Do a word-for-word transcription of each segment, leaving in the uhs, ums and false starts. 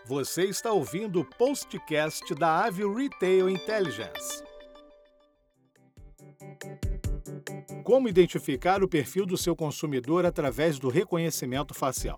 Você está ouvindo o podcast da Ave Retail Intelligence. Como identificar o perfil do seu consumidor através do reconhecimento facial?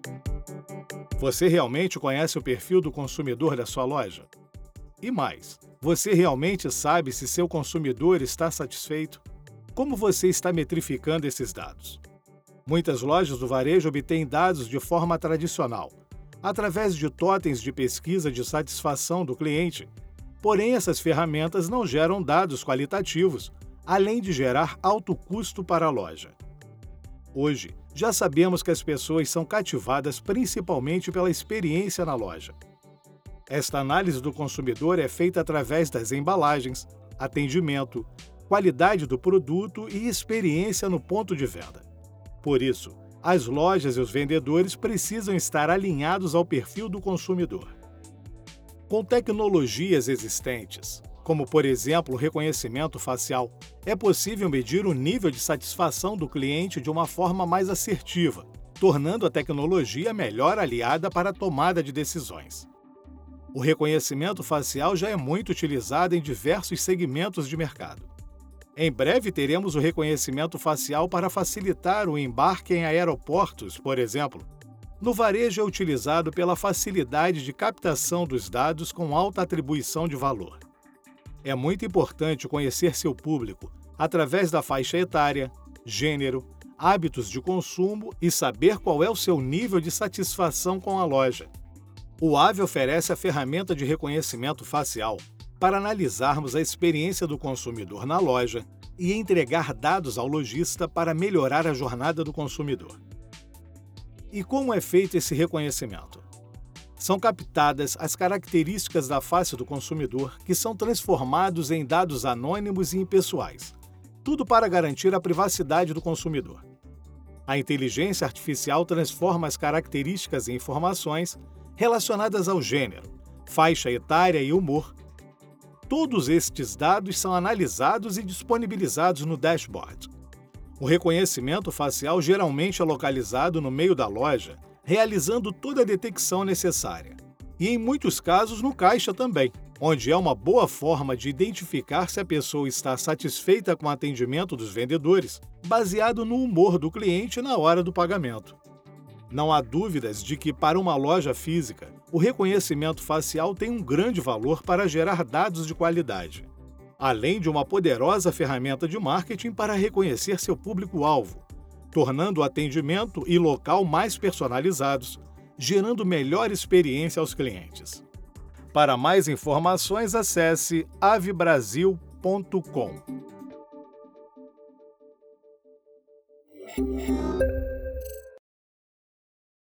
Você realmente conhece o perfil do consumidor da sua loja? E mais, você realmente sabe se seu consumidor está satisfeito? Como você está metrificando esses dados? Muitas lojas do varejo obtêm dados de forma tradicional, através de totens de pesquisa de satisfação do cliente. Porém, essas ferramentas não geram dados qualitativos, além de gerar alto custo para a loja. Hoje, já sabemos que as pessoas são cativadas principalmente pela experiência na loja. Esta análise do consumidor é feita através das embalagens, atendimento, qualidade do produto e experiência no ponto de venda. Por isso, as lojas e os vendedores precisam estar alinhados ao perfil do consumidor. Com tecnologias existentes, como por exemplo o reconhecimento facial, é possível medir o nível de satisfação do cliente de uma forma mais assertiva, tornando a tecnologia a melhor aliada para a tomada de decisões. O reconhecimento facial já é muito utilizado em diversos segmentos de mercado. Em breve teremos o reconhecimento facial para facilitar o embarque em aeroportos, por exemplo. No varejo é utilizado pela facilidade de captação dos dados com alta atribuição de valor. É muito importante conhecer seu público através da faixa etária, gênero, hábitos de consumo e saber qual é o seu nível de satisfação com a loja. O Ave oferece a ferramenta de reconhecimento facial para analisarmos a experiência do consumidor na loja e entregar dados ao lojista para melhorar a jornada do consumidor. E como é feito esse reconhecimento? São captadas as características da face do consumidor que são transformados em dados anônimos e impessoais, tudo para garantir a privacidade do consumidor. A inteligência artificial transforma as características em informações relacionadas ao gênero, faixa etária e humor. Todos estes dados são analisados e disponibilizados no dashboard. O reconhecimento facial geralmente é localizado no meio da loja, realizando toda a detecção necessária. E em muitos casos no caixa também, onde é uma boa forma de identificar se a pessoa está satisfeita com o atendimento dos vendedores, baseado no humor do cliente na hora do pagamento. Não há dúvidas de que, para uma loja física, o reconhecimento facial tem um grande valor para gerar dados de qualidade, além de uma poderosa ferramenta de marketing para reconhecer seu público-alvo, tornando o atendimento e local mais personalizados, gerando melhor experiência aos clientes. Para mais informações, acesse ave brasil ponto com.